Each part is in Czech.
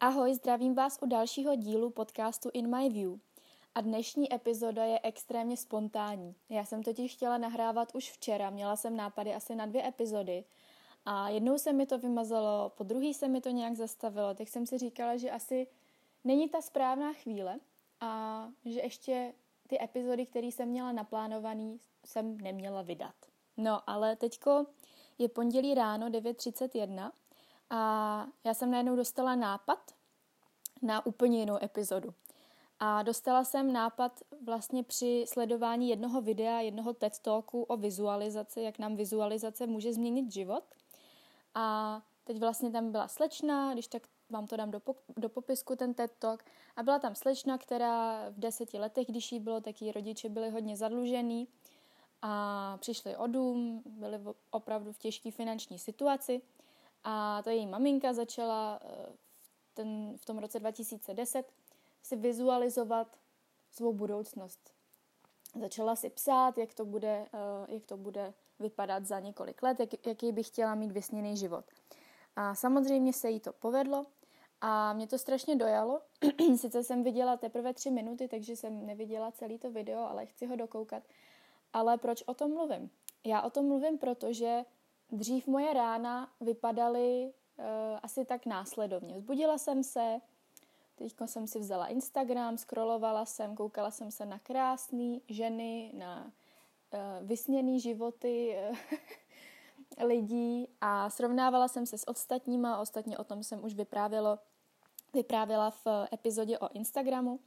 Ahoj, zdravím vás u dalšího dílu podcastu In My View. A dnešní epizoda je extrémně spontánní. Já jsem totiž chtěla nahrávat už včera, měla jsem nápady asi na 2 epizody a jednou se mi to vymazalo, po druhý se mi to nějak zastavilo, tak jsem si říkala, že asi není ta správná chvíle a že ještě ty epizody, které jsem měla naplánovaný, jsem neměla vydat. No, ale teďko je pondělí ráno 9:31 a já jsem najednou dostala nápad na úplně jinou epizodu. A dostala jsem nápad vlastně při sledování jednoho videa, jednoho TED Talku o vizualizaci, jak nám vizualizace může změnit život. A teď vlastně tam byla slečna, když tak vám to dám do popisku, ten TED Talk. A byla tam slečna, která v 10 letech, když jí bylo, tak její rodiče byli hodně zadlužený a přišli o dům, byli opravdu v těžké finanční situaci. A to její maminka začala v tom roce 2010 si vizualizovat svou budoucnost. Začala si psát, jak to bude vypadat za několik let, jaký by chtěla mít vysněný život. A samozřejmě se jí to povedlo a mě to strašně dojalo. Sice jsem viděla teprve 3 minuty, takže jsem neviděla celý to video, ale chci ho dokoukat. Ale proč o tom mluvím? Já o tom mluvím, protože dřív moje rána vypadaly asi tak následovně. Vzbudila jsem se, teďko jsem si vzala Instagram, scrollovala jsem, koukala jsem se na krásné ženy, na vysněné životy lidí a srovnávala jsem se s ostatníma. Ostatně o tom jsem už vyprávěla v epizodě o Instagramu.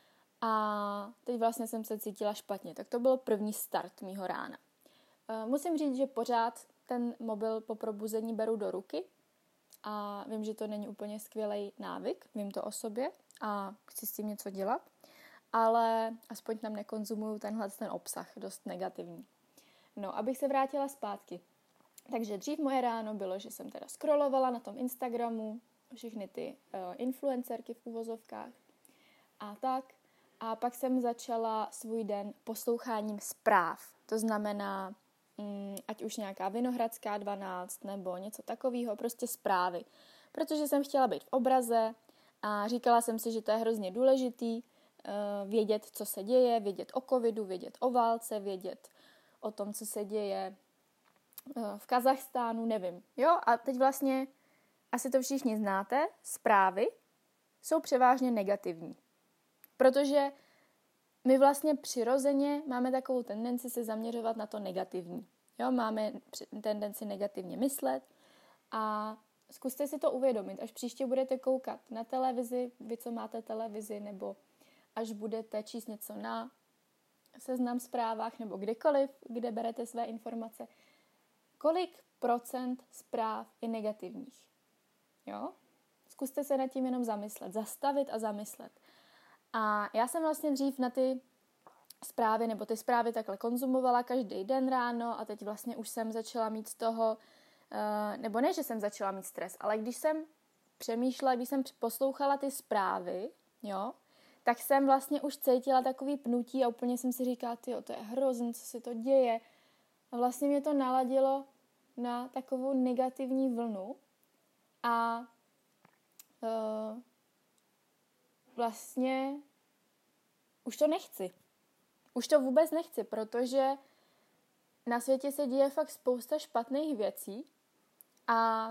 A teď vlastně jsem se cítila špatně. Tak to byl první start mýho rána. Musím říct, že pořád ten mobil po probuzení beru do ruky a vím, že to není úplně skvělý návyk, vím to o sobě a chci s tím něco dělat, ale aspoň tam nekonzumuju ten obsah, dost negativní. No, abych se vrátila zpátky. Takže dřív moje ráno bylo, že jsem teda scrollovala na tom Instagramu všechny ty influencerky v uvozovkách a tak. A pak jsem začala svůj den posloucháním zpráv. To znamená, ať už nějaká Vinohradská 12 nebo něco takového, prostě zprávy. Protože jsem chtěla být v obraze a říkala jsem si, že to je hrozně důležitý vědět, co se děje, vědět o covidu, vědět o válce, vědět o tom, co se děje v Kazachstánu, nevím. Jo, a teď vlastně, asi to všichni znáte, zprávy jsou převážně negativní. Protože my vlastně přirozeně máme takovou tendenci se zaměřovat na to negativní. Jo, máme tendenci negativně myslet a zkuste si to uvědomit, až příště budete koukat na televizi, vy co máte televizi, nebo až budete číst něco na Seznam Zprávách nebo kdekoliv, kde berete své informace, kolik procent zpráv je negativních. Jo? Zkuste se nad tím jenom zamyslet, zastavit a zamyslet. A já jsem vlastně dřív na ty zprávy, nebo ty zprávy takhle konzumovala každý den ráno a teď vlastně už jsem začala mít z toho, nebo ne, že jsem začala mít stres, ale když jsem přemýšlela, když jsem poslouchala ty zprávy, jo, tak jsem vlastně už cítila takový pnutí a úplně jsem si říkala, tyjo, to je hrozný, co se to děje. A vlastně mě to naladilo na takovou negativní vlnu a vlastně už to nechci. Už to vůbec nechci, protože na světě se děje fakt spousta špatných věcí a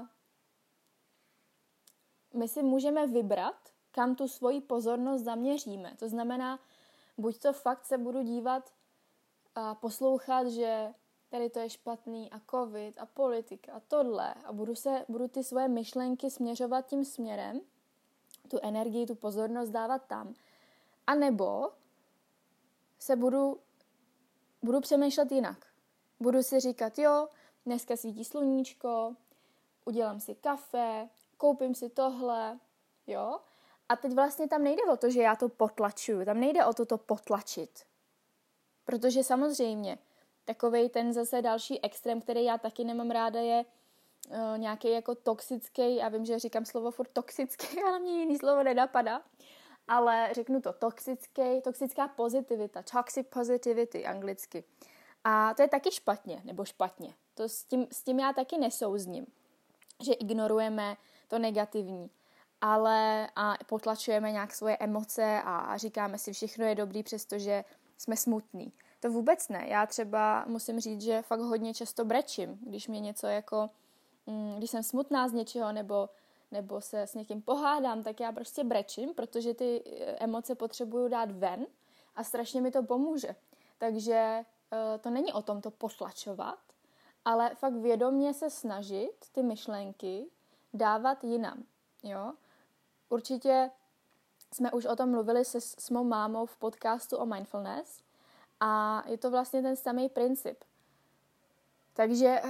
my si můžeme vybrat, kam tu svoji pozornost zaměříme. To znamená, buď to fakt se budu dívat a poslouchat, že tady to je špatný a covid a politika a tohle a budu ty svoje myšlenky směřovat tím směrem, tu energii, tu pozornost dávat tam. A nebo se budu přemýšlet jinak. Budu si říkat, jo, dneska svítí sluníčko, udělám si kafe, koupím si tohle, jo. A teď vlastně tam nejde o to, že já to potlačuju, tam nejde o to potlačit. Protože samozřejmě takovej ten zase další extrém, který já taky nemám ráda, je nějaký jako toxický, já vím, že říkám slovo furt toxický, ale mě jiný slovo nenapadá, ale řeknu to toxická pozitivita, toxic positivity anglicky. A to je taky špatně. To s tím já taky nesouzním, že ignorujeme to negativní. a potlačujeme nějak svoje emoce a říkáme si, všechno je dobrý, přestože jsme smutní. To vůbec ne. Já třeba musím říct, že fakt hodně často brečím, když mě něco jako, když jsem smutná z něčeho nebo se s někým pohádám, tak já prostě brečím, protože ty emoce potřebuju dát ven a strašně mi to pomůže. Takže to není o tom to potlačovat, ale fakt vědomě se snažit ty myšlenky dávat jinam. Jo? Určitě jsme už o tom mluvili s mou mámou v podcastu o mindfulness a je to vlastně ten samý princip. Takže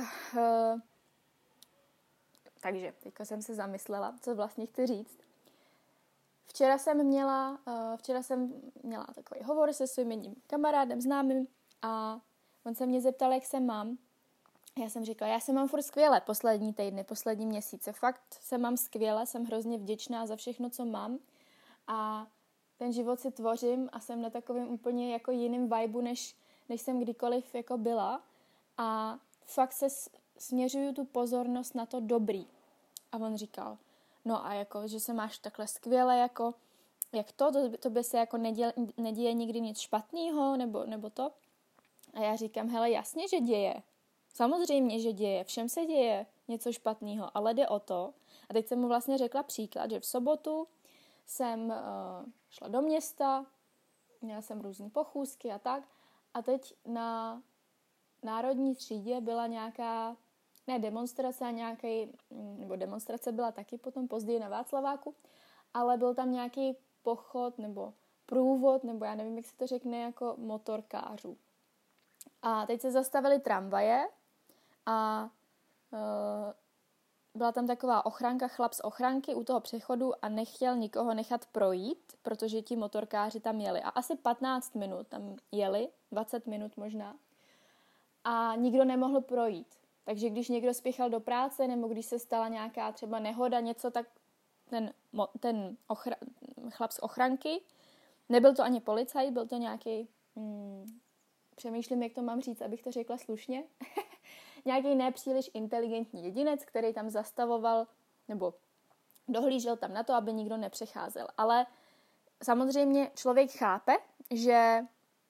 teďka jsem se zamyslela, co vlastně chci říct. Včera jsem měla takový hovor se svým jedním kamarádem, známým a on se mě zeptal, jak se mám. Já jsem říkala, já se mám furt skvěle poslední týdny, poslední měsíce. Fakt se mám skvěle, jsem hrozně vděčná za všechno, co mám a ten život si tvořím a jsem na takovém úplně jako jiným vibu, než jsem kdykoliv jako byla a fakt se směřuju tu pozornost na to dobrý. A on říkal, no a jako, že se máš takhle skvěle, jako, jak to by se jako neděje nikdy nic špatného, nebo to. A já říkám, hele, jasně, že děje. Samozřejmě, že děje. Všem se děje něco špatného, ale jde o to. A teď jsem mu vlastně řekla příklad, že v sobotu jsem šla do města, měla jsem různý pochůzky a tak. A teď na Národní třídě byla nějaká, demonstrace byla taky potom později na Václaváku, ale byl tam nějaký pochod nebo průvod, nebo já nevím, jak se to řekne, jako motorkářů. A teď se zastavily tramvaje a byla tam taková ochranka, chlap z ochranky u toho přechodu a nechtěl nikoho nechat projít, protože ti motorkáři tam jeli. A asi 15 minut tam jeli, 20 minut možná. A nikdo nemohl projít. Takže když někdo spěchal do práce, nebo když se stala nějaká třeba nehoda, něco, tak ten chlap z ochranky, nebyl to ani policajt, byl to nějaký, přemýšlím, jak to mám říct, abych to řekla slušně, nějaký nepříliš inteligentní jedinec, který tam zastavoval, nebo dohlížel tam na to, aby nikdo nepřecházel. Ale samozřejmě člověk chápe, že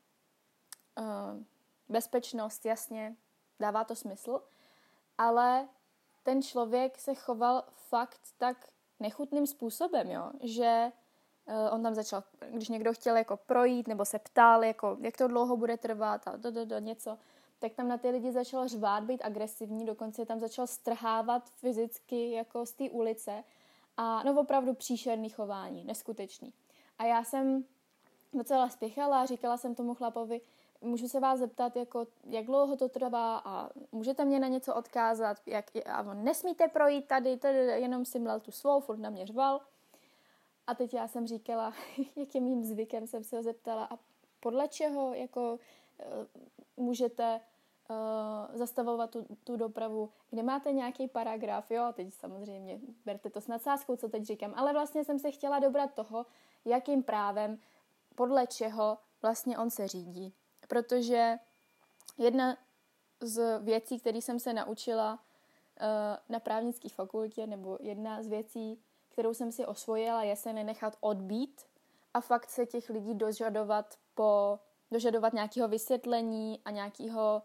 bezpečnost, jasně, dává to smysl, ale ten člověk se choval fakt tak nechutným způsobem, jo, že on tam začal, když někdo chtěl jako projít nebo se ptal, jako, jak to dlouho bude trvat a něco, tak tam na ty lidi začal řvát, být agresivní, dokonce tam začal strhávat fyzicky jako z té ulice a no opravdu příšerný chování, neskutečný. A já jsem docela spěchala a říkala jsem tomu chlapovi, můžu se vás zeptat, jako, jak dlouho to trvá a můžete mě na něco odkázat, a on, nesmíte projít tady, jenom si mlel tu svou, furt na mě řval. A teď já jsem říkala, jakým mým zvykem jsem se ho zeptala a podle čeho jako můžete zastavovat tu dopravu, kde máte nějaký paragraf, jo, teď samozřejmě berte to s nadsázkou, co teď říkám, ale vlastně jsem se chtěla dobrat toho, jakým právem, podle čeho vlastně on se řídí. Protože jedna z věcí, které jsem se naučila na právnické fakultě, nebo jedna z věcí, kterou jsem si osvojila, je se nenechat odbít a fakt se těch lidí dožadovat nějakého vysvětlení a nějakého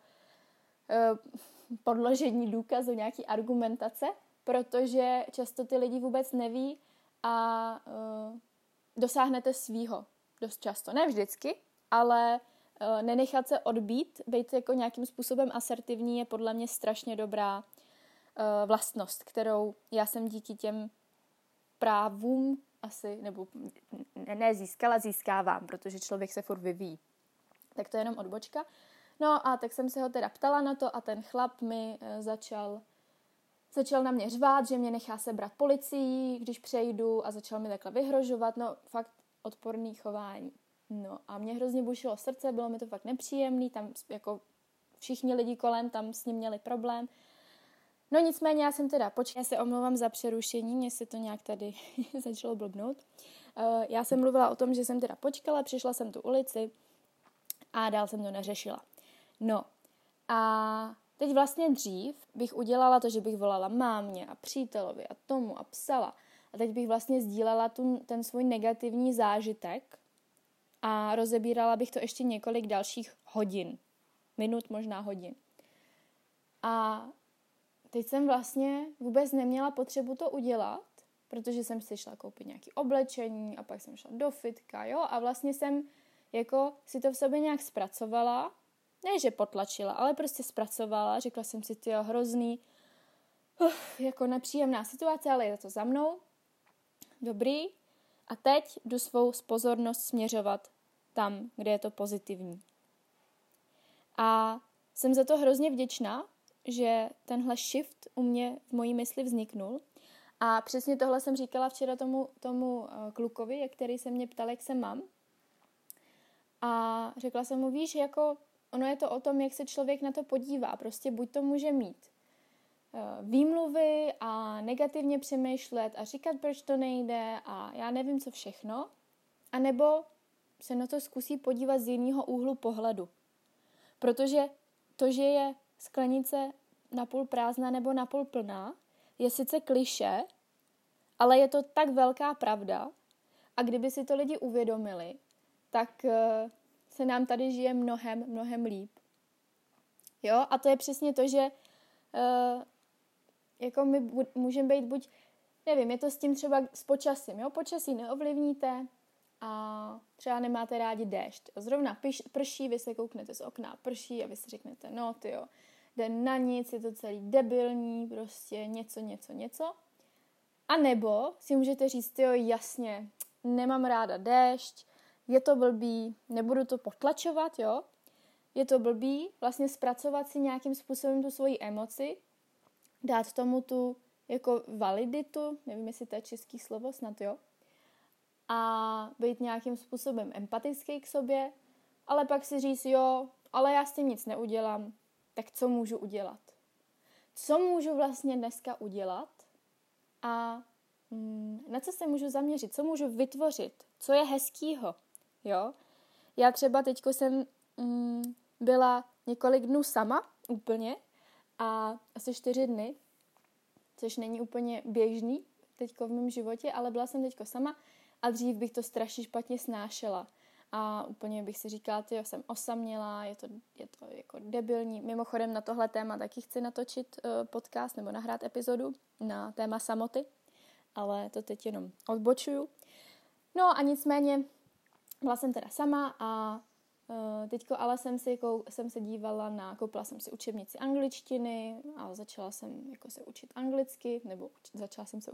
podložení důkazu, nějaký argumentace, protože často ty lidi vůbec neví a dosáhnete svýho dost často. Ne vždycky, ale nenechat se odbít, být jako nějakým způsobem asertivní je podle mě strašně dobrá vlastnost, kterou já jsem díky těm právům asi, nebo ne získala, získávám, protože člověk se furt vyvíjí. Tak to je jenom odbočka. No a tak jsem se ho teda ptala na to a ten chlap mi začal na mě řvát, že mě nechá sebrat policii, když přejdu a začal mi takhle vyhrožovat, no fakt odporný chování. No a mě hrozně bušilo srdce, bylo mi to fakt nepříjemný, tam jako všichni lidi kolem tam s ním měli problém. No nicméně já jsem teda počkala, já se omlouvám za přerušení, mně se to nějak tady začalo blbnout. Já jsem mluvila o tom, že jsem teda počkala, přišla jsem tu ulici a dál jsem to neřešila. No a teď vlastně dřív bych udělala to, že bych volala mámě a přítelovi a tomu a psala. A teď bych vlastně sdílela ten svůj negativní zážitek a rozebírala bych to ještě několik dalších hodin. Minut, možná hodin. A teď jsem vlastně vůbec neměla potřebu to udělat, protože jsem si šla koupit nějaké oblečení a pak jsem šla do fitka, jo, a vlastně jsem jako si to v sobě nějak zpracovala, ne, že potlačila, ale prostě zpracovala, řekla jsem si, tyjo, hrozný, jako nepříjemná situace, ale je to za mnou, dobrý, a teď jdu svou pozornost směřovat tam, kde je to pozitivní. A jsem za to hrozně vděčná, že tenhle shift u mě v mojí mysli vzniknul. A přesně tohle jsem říkala včera tomu klukovi, který se mě ptal, jak se mám. A řekla jsem mu, víš, jako ono je to o tom, jak se člověk na to podívá. Prostě buď to může mít výmluvy a negativně přemýšlet a říkat, proč to nejde a já nevím, co všechno. A nebo se na to zkusí podívat z jiného úhlu pohledu. Protože to, že je sklenice napůl prázdná nebo napůl plná, je sice klišé, ale je to tak velká pravda a kdyby si to lidi uvědomili, tak se nám tady žije mnohem líp. Jo? A to je přesně to, že jako my můžeme být buď, nevím, je to s tím třeba s počasím, jo? Počasí neovlivníte a třeba nemáte rádi déšť. Zrovna prší, vy se kouknete z okna, prší a vy si řeknete, no tyjo, jde na nic, je to celý debilní, prostě něco. A nebo si můžete říct, jo, jasně, nemám ráda déšť, je to blbý, nebudu to potlačovat, jo. Je to blbý, vlastně zpracovat si nějakým způsobem tu svoji emoci, dát tomu tu jako validitu, nevím, jestli to je český slovo, snad jo. A být nějakým způsobem empatický k sobě, ale pak si říct, jo, ale já s tím nic neudělám, tak co můžu udělat? Co můžu vlastně dneska udělat a na co se můžu zaměřit? Co můžu vytvořit? Co je hezkýho? Jo? Já třeba teďko jsem byla několik dnů sama úplně a asi 4 dny, což není úplně běžný teďko v mém životě, ale byla jsem teďko sama a dřív bych to strašně špatně snášela. A úplně bych si říkala, tyjo, jsem osamělá, je to jako debilní. Mimochodem na tohle téma taky chci natočit podcast nebo nahrát epizodu na téma samoty, ale to teď jenom odbočuju. No a nicméně byla jsem teda sama a teďko ale jsem se dívala koupila jsem si učebnici angličtiny a začala jsem jako se učit anglicky, nebo začala jsem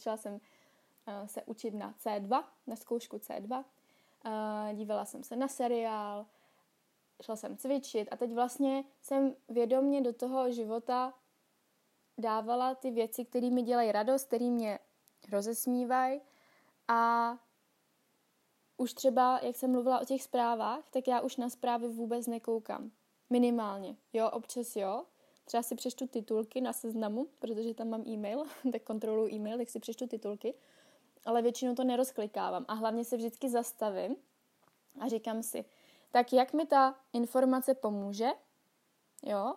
se učit na C2, na zkoušku C2. Dívala jsem se na seriál, šla jsem cvičit a teď vlastně jsem vědomě do toho života dávala ty věci, které mi dělají radost, které mě rozesmívají a už třeba, jak jsem mluvila o těch zprávách, tak já už na zprávy vůbec nekoukám. Minimálně. Jo, občas jo. Třeba si přečtu titulky na Seznamu, protože tam mám e-mail, tak kontroluji e-mail, tak si přečtu titulky. Ale většinou to nerozklikávám a hlavně se vždycky zastavím a říkám si, tak jak mi ta informace pomůže, jo,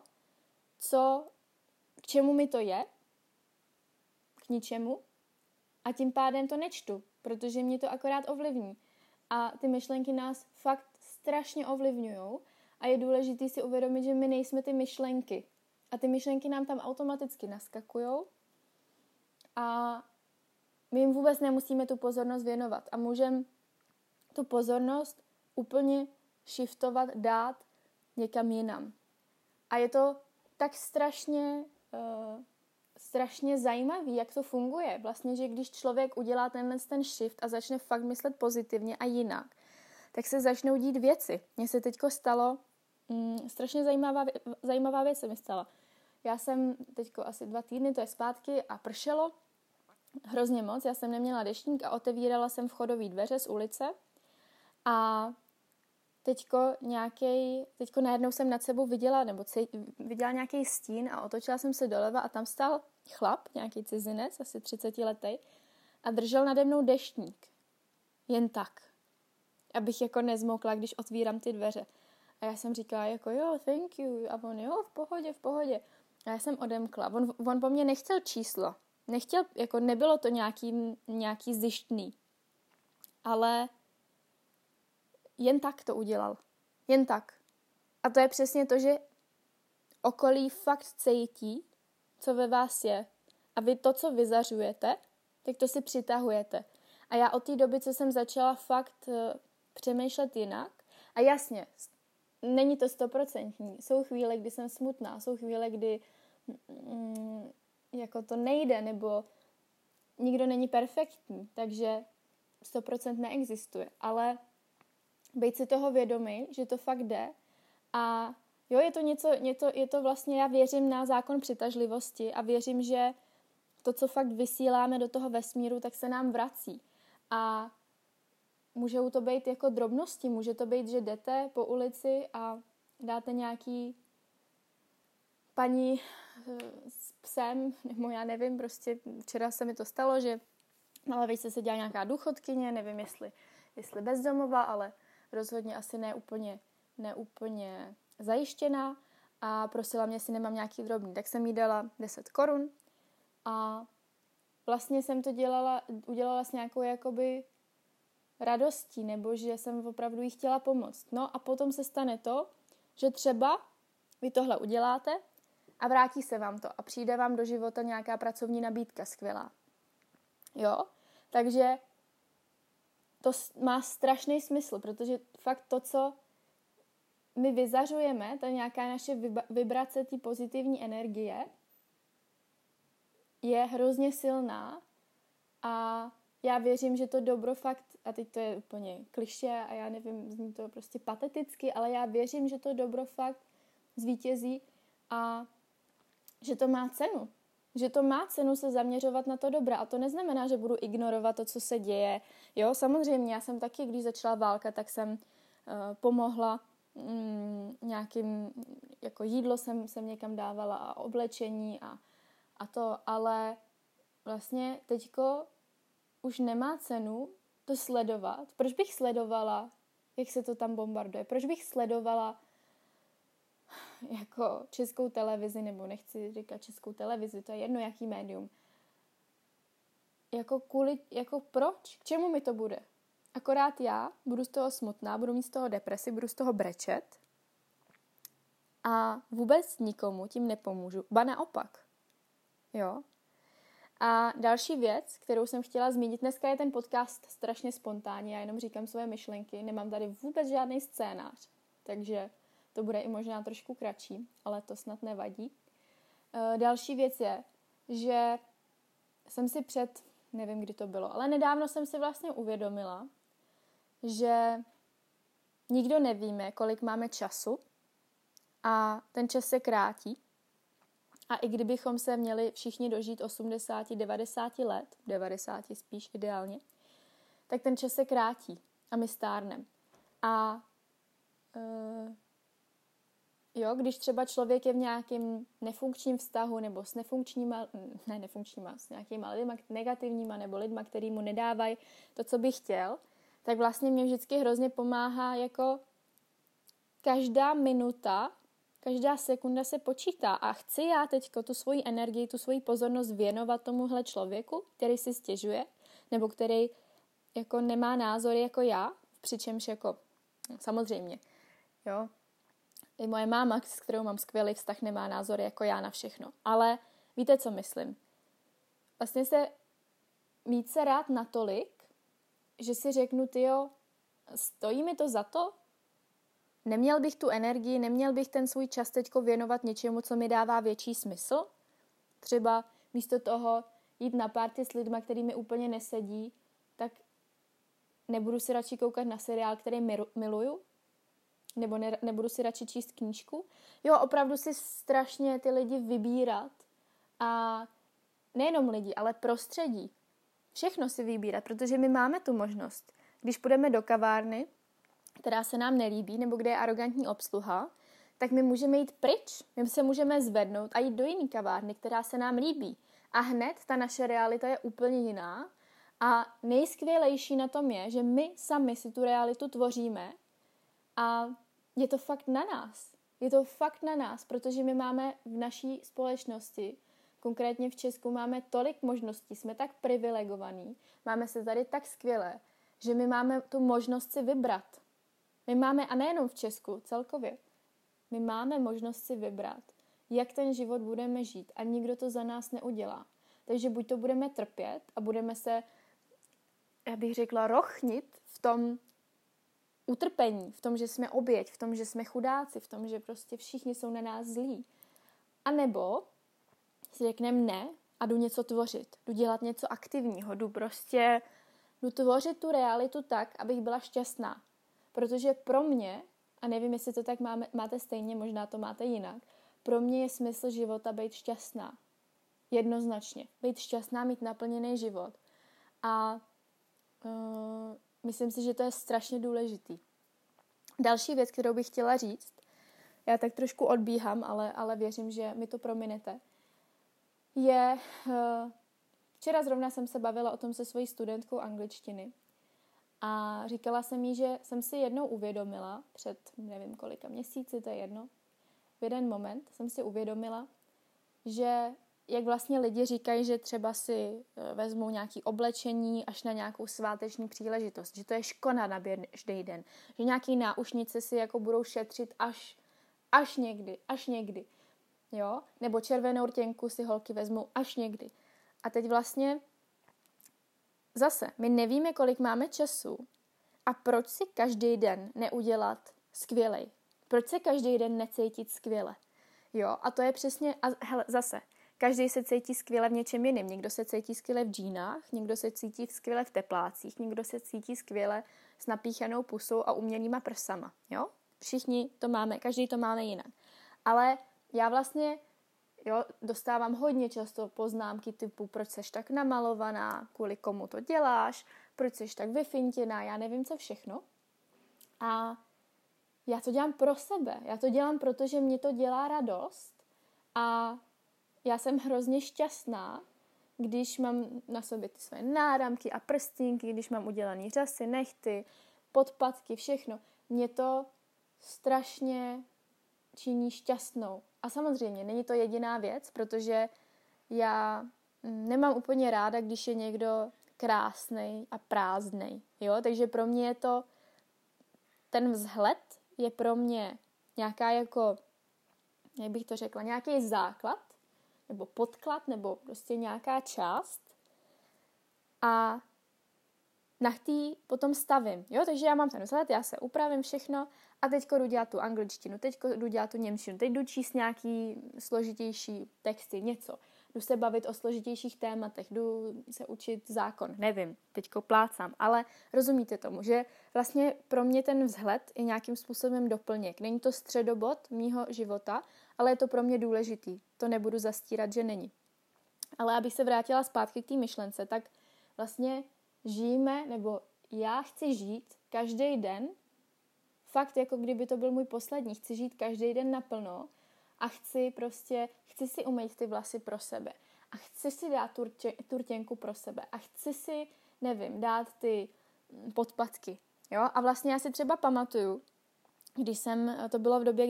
k čemu mi to je, k ničemu a tím pádem to nečtu, protože mě to akorát ovlivní a ty myšlenky nás fakt strašně ovlivňujou a je důležité si uvědomit, že my nejsme ty myšlenky a ty myšlenky nám tam automaticky naskakujou a my jim vůbec nemusíme tu pozornost věnovat a můžeme tu pozornost úplně shiftovat, dát někam jinam. A je to tak strašně zajímavý, jak to funguje. Vlastně, že když člověk udělá ten shift a začne fakt myslet pozitivně a jinak, tak se začnou dít věci. Mně se teďko stalo, strašně zajímavá věc se mi stala. Já jsem teďko asi 2 týdny, to je zpátky a pršelo, hrozně moc, já jsem neměla deštník a otevírala jsem vchodové dveře z ulice a teďko najednou jsem nad sebou viděla nějaký stín a otočila jsem se doleva a tam stál chlap, nějaký cizinec, asi 30letý a držel nade mnou deštník. Jen tak. Abych jako nezmokla, když otvírám ty dveře. A já jsem říkala jako jo, thank you. A on jo, v pohodě. A já jsem odemkla. On po mně nechtěl číslo. nechtěl, jako nebylo to nějaký zjištný, ale jen tak to udělal. Jen tak. A to je přesně to, že okolí fakt cítí, co ve vás je. A vy to, co vyzařujete, tak to si přitahujete. A já od té doby, co jsem začala fakt přemýšlet jinak, a jasně, není to 100%. Jsou chvíle, kdy jsem smutná, jsou chvíle, kdy jako to nejde, nebo nikdo není perfektní, takže 100% neexistuje. Ale být si toho vědomý, že to fakt jde. A jo, je to vlastně, já věřím na zákon přitažlivosti a věřím, že to, co fakt vysíláme do toho vesmíru, tak se nám vrací. A můžou to být jako drobnosti, může to být, že jdete po ulici a dáte nějaký paní s psem, nebo já nevím, prostě včera se mi to stalo, že na lavičce seděla nějaká důchodkyně, nevím, jestli bezdomová, ale rozhodně asi neúplně zajištěná a prosila mě, jestli nemám nějaký drobný. Tak jsem jí dala 10 korun a vlastně jsem to udělala s nějakou jakoby radostí, nebo že jsem opravdu jí chtěla pomoct. No a potom se stane to, že třeba vy tohle uděláte a vrátí se vám to a přijde vám do života nějaká pracovní nabídka skvělá. Jo? Takže to má strašný smysl, protože fakt to, co my vyzařujeme, ta nějaká naše vibrace té pozitivní energie, je hrozně silná a já věřím, že to dobro fakt, a teď to je úplně klišé a já nevím, zní to prostě pateticky, ale já věřím, že to dobro fakt zvítězí a že to má cenu. Že to má cenu se zaměřovat na to dobro. A to neznamená, že budu ignorovat to, co se děje. Jo, samozřejmě, já jsem taky, když začala válka, tak jsem pomohla nějakým, jako jídlo jsem někam dávala a oblečení a to, ale vlastně teďko už nemá cenu to sledovat. Proč bych sledovala, jak se to tam bombarduje? Proč bych sledovala jako Českou televizi, nebo nechci říkat Českou televizi, to je jedno, jaký médium. Jako proč? K čemu mi to bude? Akorát já budu z toho smutná, budu mít z toho depresi, budu z toho brečet a vůbec nikomu tím nepomůžu. Ba naopak. Jo? A další věc, kterou jsem chtěla zmínit, dneska je ten podcast strašně spontánní, já jenom říkám svoje myšlenky, nemám tady vůbec žádný scénář, takže to bude i možná trošku kratší, ale to snad nevadí. Další věc je, že jsem si nevím, kdy to bylo, ale nedávno jsem si vlastně uvědomila, že nikdo nevíme, kolik máme času a ten čas se krátí. A i kdybychom se měli všichni dožít 80, 90 let, 90 spíš ideálně, tak ten čas se krátí a my stárneme. A jo, když třeba člověk je v nějakém nefunkčním vztahu nebo s s nějakýma lidma negativníma nebo lidma, který mu nedávají to, co by chtěl, tak vlastně mě vždycky hrozně pomáhá jako každá minuta, každá sekunda se počítá a chci já teďko tu svoji energii, tu svoji pozornost věnovat tomuhle člověku, který si stěžuje nebo který jako nemá názory jako já, přičemž jako samozřejmě, jo, i moje máma, s kterou mám skvělý vztah, nemá názory jako já na všechno. Ale víte, co myslím? Vlastně mít se rád natolik, že si řeknu, tyjo, stojí mi to za to? Neměl bych tu energii, neměl bych ten svůj čas teďko věnovat něčemu, co mi dává větší smysl? Třeba místo toho jít na party s lidma, který mi úplně nesedí, tak nebudu si radši koukat na seriál, který miluju? Nebo nebudu si radši číst knížku. Jo, opravdu si strašně ty lidi vybírat a nejenom lidi, ale prostředí. Všechno si vybírat, protože my máme tu možnost. Když půjdeme do kavárny, která se nám nelíbí, nebo kde je arrogantní obsluha, tak my můžeme jít pryč. My se můžeme zvednout a jít do jiné kavárny, která se nám líbí. A hned ta naše realita je úplně jiná. A nejskvělejší na tom je, že my sami si tu realitu tvoříme. A je to fakt na nás. Je to fakt na nás, protože my máme v naší společnosti Konkrétně v Česku máme tolik možností, jsme tak privilegovaní, máme se tady tak skvěle, že my máme tu možnost si vybrat. My máme, a nejenom v Česku, celkově, my máme možnost si vybrat, jak ten život budeme žít a nikdo to za nás neudělá. Takže buď to budeme trpět a budeme se, já bych řekla, rochnit v tom utrpení, v tom, že jsme oběť, v tom, že jsme chudáci, v tom, že prostě všichni jsou na nás zlí. A nebo si řekneme ne a jdu něco tvořit, jdu dělat něco aktivního, jdu tvořit tu realitu tak, abych byla šťastná. Protože pro mě, a nevím, jestli to tak máte stejně, možná to máte jinak, pro mě je smysl života být šťastná. Jednoznačně. Být šťastná, mít naplněný život. A myslím si, že to je strašně důležitý. Další věc, kterou bych chtěla říct, já tak trošku odbíhám, ale věřím, že mi to prominete, je, včera zrovna jsem se bavila o tom se svojí studentkou angličtiny a říkala jsem jí, že jsem si jednou uvědomila, před nevím kolika měsíci, to je jedno, v jeden moment jsem si uvědomila, že jak vlastně lidi říkají, že třeba si vezmou nějaké oblečení až na nějakou sváteční příležitost, že to je škoda na běžný den, že nějaký náušnice si jako budou šetřit až někdy, jo? Nebo červenou rtěnku si holky vezmou až někdy. A teď vlastně zase, my nevíme, kolik máme času a proč si každý den neudělat skvělej? Proč se každý den necítit skvěle? Jo, a to je přesně, a hele, zase, každý se cítí skvěle v něčem jiném. Někdo se cítí skvěle v džínách, někdo se cítí skvěle v teplácích, někdo se cítí skvěle s napíchanou pusou a umělýma prsama. Jo? Všichni to máme, každý to máme jinak. Ale já vlastně dostávám hodně často poznámky typu, proč seš tak namalovaná, kvůli komu to děláš, proč seš tak vyfintěná, já nevím co všechno. A já to dělám pro sebe. Já to dělám, protože mě to dělá radost a já jsem hrozně šťastná, když mám na sobě ty své náramky a prstínky, když mám udělaný řasy, nehty, podpatky, všechno. Mě to strašně činí šťastnou. A samozřejmě, není to jediná věc, protože já nemám úplně ráda, když je někdo krásnej a prázdnej. Jo? Takže pro mě je to, ten vzhled je pro mě nějaká jako, jak bych to řekla, nějaký základ, nebo podklad, nebo prostě nějaká část a na který potom stavím. Jo? Takže já mám ten vzhled, já se upravím všechno a teďko jdu dělat tu angličtinu, teďko jdu dělat tu němčinu, teď jdu číst nějaký složitější texty, něco. Jdu se bavit o složitějších tématech, jdu se učit zákon, nevím, teďko plácám, ale rozumíte tomu, že vlastně pro mě ten vzhled je nějakým způsobem doplněk. Není to středobod mýho života, ale je to pro mě důležitý. To nebudu zastírat, že není. Ale abych se vrátila zpátky k té myšlence, tak vlastně žijeme, nebo já chci žít každý den, fakt jako kdyby to byl můj poslední, chci žít každý den naplno a chci si umýt ty vlasy pro sebe a chci si dát tu rtěnku pro sebe a chci si, nevím, dát ty podpatky, jo, a vlastně já si třeba pamatuju, to bylo v době,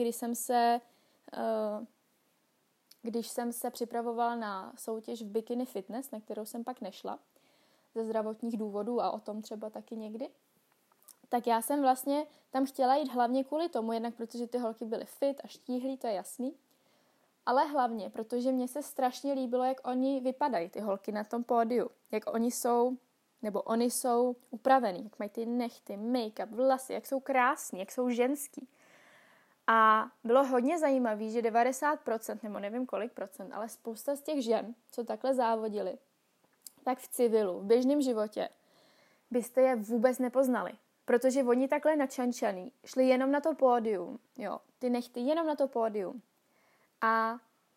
když jsem se připravovala na soutěž v bikini fitness, na kterou jsem pak nešla, ze zdravotních důvodů a o tom třeba taky někdy, tak já jsem vlastně tam chtěla jít hlavně kvůli tomu, jednak protože ty holky byly fit a štíhlý, to je jasný, ale hlavně, protože mně se strašně líbilo, jak oni vypadají, ty holky na tom pódiu, jak oni jsou upravený, jak mají ty nehty, make-up, vlasy, jak jsou krásní, jak jsou ženský. A bylo hodně zajímavé, že 90%, nebo nevím kolik procent, ale spousta z těch žen, co takhle závodili, tak v civilu, v běžném životě, byste je vůbec nepoznali. Protože oni takhle načančaný šli jenom na to pódium, jo, ty nehty jenom na to pódium. A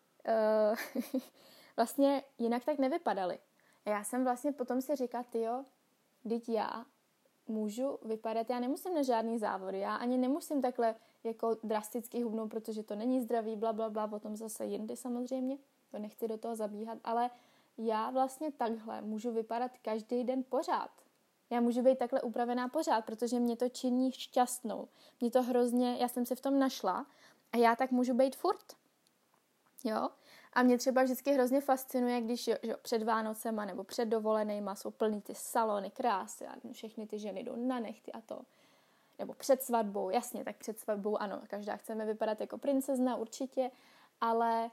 vlastně jinak tak nevypadaly. A já jsem vlastně potom si říkala, vždyť já můžu vypadat, já nemusím na žádný závody, já ani nemusím takhle jako drasticky hubnout, protože to není zdravý, blablabla, potom zase jindy samozřejmě, to nechci do toho zabíhat, ale já vlastně takhle můžu vypadat každý den pořád. Já můžu být takhle upravená pořád, protože mě to činí šťastnou. Mě to hrozně, já jsem se v tom našla a já tak můžu být furt. Jo? A mě třeba vždycky hrozně fascinuje, když že před Vánocema nebo před dovolenejma jsou plný ty salony, krásy a všechny ty ženy jdou na nechty a to. Nebo před svatbou, jasně, tak před svatbou ano, každá chceme vypadat jako princezna určitě, ale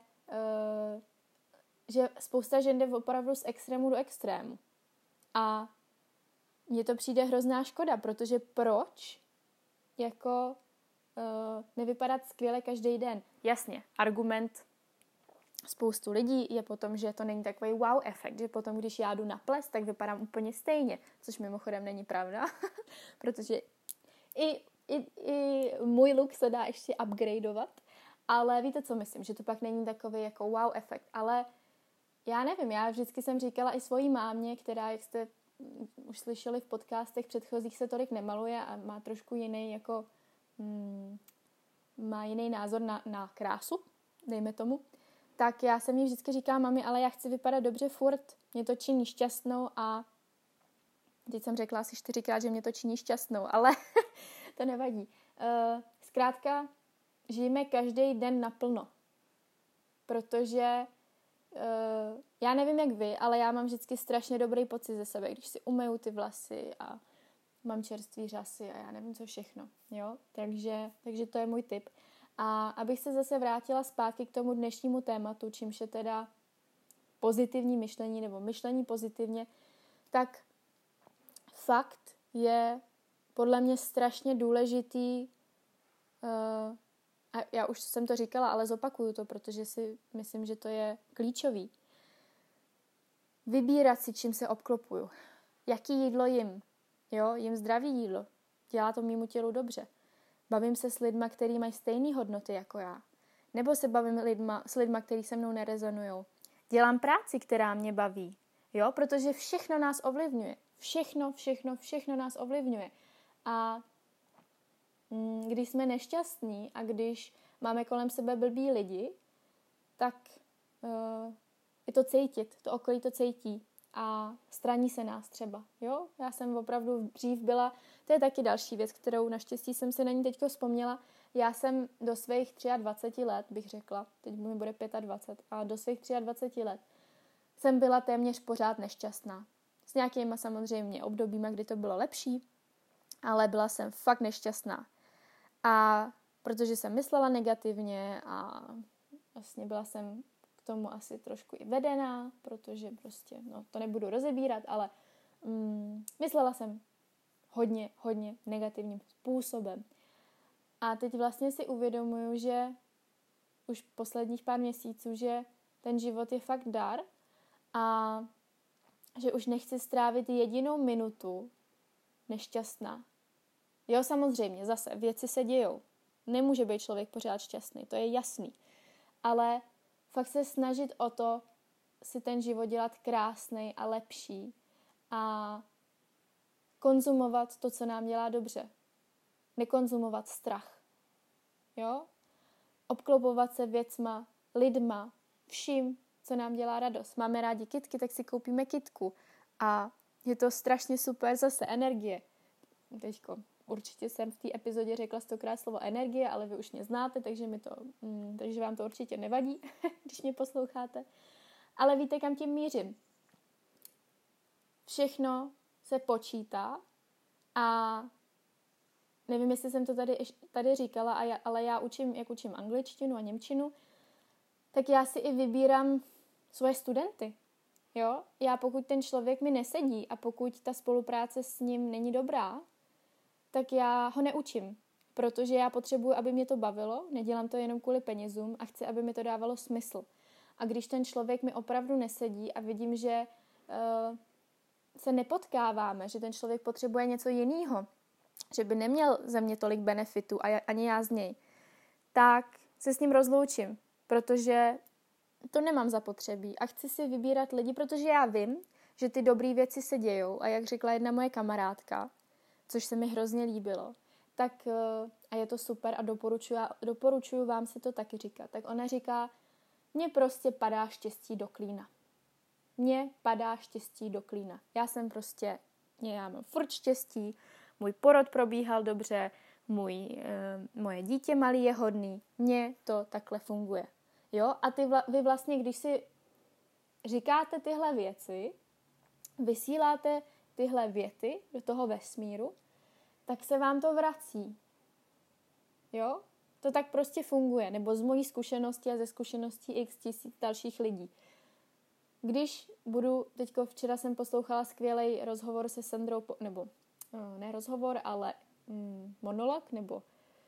že spousta žen jde opravdu z extrému do extrému. A mně to přijde hrozná škoda, protože proč jako nevypadat skvěle každý den? Jasně, argument spoustu lidí je potom, že to není takový wow efekt, že potom, když já jdu na ples, tak vypadám úplně stejně, což mimochodem není pravda, protože i můj look se dá ještě upgradeovat, ale víte, co myslím, že to pak není takový jako wow efekt, ale já nevím, já vždycky jsem říkala i svojí mámě, která, jak jste už slyšeli v podcastech předchozích, se tolik nemaluje a má trošku jiný jako má jiný názor na krásu, dejme tomu, tak já jsem jí vždycky říkala, mami, ale já chci vypadat dobře furt, mě to činí šťastnou a teď jsem řekla asi 4krát, že mě to činí šťastnou, ale to nevadí. Zkrátka, žijeme každý den naplno, protože já nevím, jak vy, ale já mám vždycky strašně dobrý pocit ze sebe, když si umeju ty vlasy a mám čerstvý řasy a já nevím, co všechno. Jo? Takže to je můj tip. A abych se zase vrátila zpátky k tomu dnešnímu tématu, čímž je teda pozitivní myšlení nebo myšlení pozitivně, tak fakt je podle mě strašně důležitý, a já už jsem to říkala, ale zopakuju to, protože si myslím, že to je klíčový. Vybírat si, čím se obklopuju. Jaký jídlo jim. Jo, jim zdravý jídlo. Dělá to mému tělu dobře. Bavím se s lidma, kteří mají stejné hodnoty jako já. Nebo se bavím s lidma, kteří se mnou nerezonujou. Dělám práci, která mě baví. Jo, protože všechno nás ovlivňuje. Všechno nás ovlivňuje. A když jsme nešťastní a když máme kolem sebe blbý lidi, tak je to cítit, to okolí to cítí a straní se nás třeba. Jo? Já jsem opravdu dřív byla, to je taky další věc, kterou naštěstí jsem se na ní teďko vzpomněla. Já jsem do svých 23 let, bych řekla, teď mi bude 25, a do svých 23 let jsem byla téměř pořád nešťastná. S nějakýma samozřejmě obdobíma, kdy to bylo lepší, ale byla jsem fakt nešťastná. A protože jsem myslela negativně a vlastně byla jsem k tomu asi trošku i vedená, protože prostě, to nebudu rozebírat, ale myslela jsem hodně negativním způsobem. A teď vlastně si uvědomuju, že už posledních pár měsíců, že ten život je fakt dar a že už nechci strávit jedinou minutu nešťastná. Jo, samozřejmě, zase, věci se dějou. Nemůže být člověk pořád šťastný, to je jasný. Ale fakt se snažit o to, si ten život dělat krásnej a lepší a konzumovat to, co nám dělá dobře. Nekonzumovat strach. Jo? Obklopovat se věcma, lidma, vším, co nám dělá radost. Máme rádi kytky, tak si koupíme kytku. A je to strašně super zase energie. Teďko. Určitě jsem v té epizodě řekla 100krát slovo energie, ale vy už mě znáte, takže vám to určitě nevadí, když mě posloucháte. Ale víte, kam tím mířím. Všechno se počítá a nevím, jestli jsem to tady říkala, ale já učím angličtinu a němčinu, tak já si i vybírám svoje studenty. Jo? Já pokud ten člověk mi nesedí a pokud ta spolupráce s ním není dobrá, tak já ho neučím, protože já potřebuji, aby mě to bavilo, nedělám to jenom kvůli penězům a chci, aby mi to dávalo smysl. A když ten člověk mi opravdu nesedí a vidím, že se nepotkáváme, že ten člověk potřebuje něco jiného, že by neměl ze mě tolik benefitů a ani já z něj, tak se s ním rozloučím, protože to nemám zapotřebí a chci si vybírat lidi, protože já vím, že ty dobré věci se dějou a jak řekla jedna moje kamarádka, což se mi hrozně líbilo, tak a je to super a doporučuju vám si to taky říkat. Tak ona říká, mně prostě padá štěstí do klína. Já mám furt štěstí, můj porod probíhal dobře, moje dítě malý je hodný, mně to takhle funguje. Jo? A vy vlastně, když si říkáte tyhle věci, vysíláte tyhle věty do toho vesmíru, tak se vám to vrací. Jo? To tak prostě funguje. Nebo z mojí zkušenosti a ze zkušeností x tisíc dalších lidí. Když včera jsem poslouchala skvělý rozhovor se Sandrou, nebo ne rozhovor, ale monolog, nebo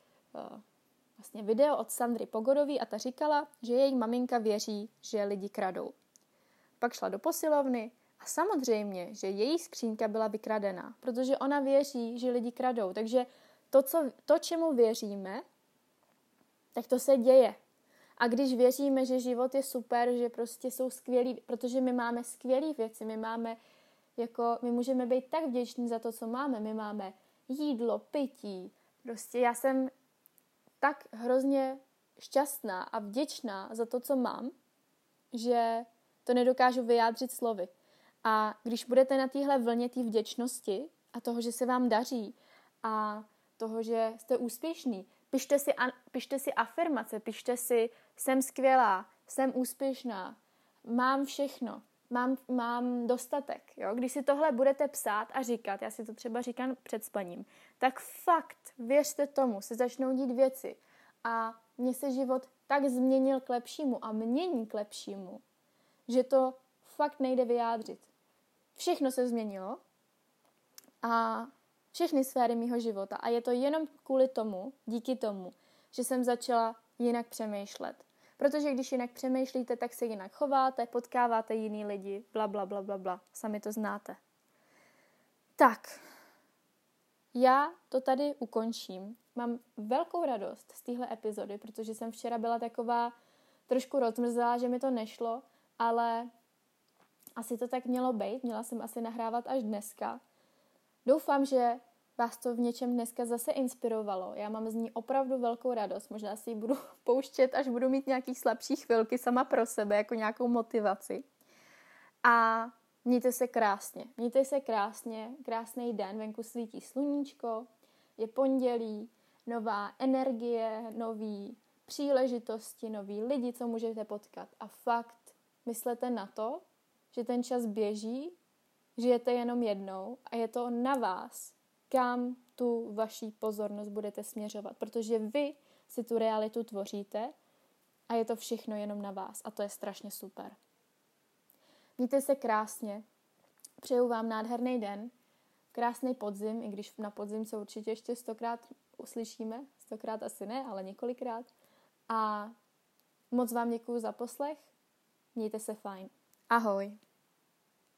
vlastně video od Sandry Pogodový a ta říkala, že její maminka věří, že lidi kradou. Pak šla do posilovny a samozřejmě, že její skřínka byla vykradená, protože ona věří, že lidi kradou. Takže to, čemu věříme, tak to se děje. A když věříme, že život je super, že prostě jsou skvělý, protože my máme skvělý věci, my můžeme být tak vděční za to, co máme. My máme jídlo, pití. Prostě já jsem tak hrozně šťastná a vděčná za to, co mám, že to nedokážu vyjádřit slovy. A když budete na téhle vlně té vděčnosti a toho, že se vám daří a toho, že jste úspěšný, pište si afirmace, pište si jsem skvělá, jsem úspěšná, mám všechno, mám dostatek. Jo? Když si tohle budete psát a říkat, já si to třeba říkám před spaním, tak fakt věřte tomu, se začnou dít věci. A mně se život tak změnil k lepšímu a mění k lepšímu, že to fakt nejde vyjádřit. Všechno se změnilo a všechny sféry mýho života. A je to jenom díky tomu, že jsem začala jinak přemýšlet. Protože když jinak přemýšlíte, tak se jinak chováte, potkáváte jiný lidi, bla, bla, bla, bla, bla. Sami to znáte. Tak, já to tady ukončím. Mám velkou radost z téhle epizody, protože jsem včera byla taková trošku rozmrzlá, že mi to nešlo, ale asi to tak mělo být. Měla jsem asi nahrávat až dneska. Doufám, že vás to v něčem dneska zase inspirovalo. Já mám z ní opravdu velkou radost. Možná si ji budu pouštět, až budu mít nějaký slabší chvilky sama pro sebe, jako nějakou motivaci. A mějte se krásně. Mějte se krásně. Krásný den. Venku svítí sluníčko. Je pondělí. Nová energie, nový příležitosti, noví lidi, co můžete potkat. A fakt myslete na to, že ten čas běží, žijete jenom jednou a je to na vás, kam tu vaši pozornost budete směřovat. Protože vy si tu realitu tvoříte a je to všechno jenom na vás. A to je strašně super. Mějte se krásně. Přeju vám nádherný den. Krásný podzim, i když na podzim se určitě ještě 100krát uslyšíme. 100krát asi ne, ale několikrát. A moc vám děkuju za poslech. Mějte se fajn. Ahoj.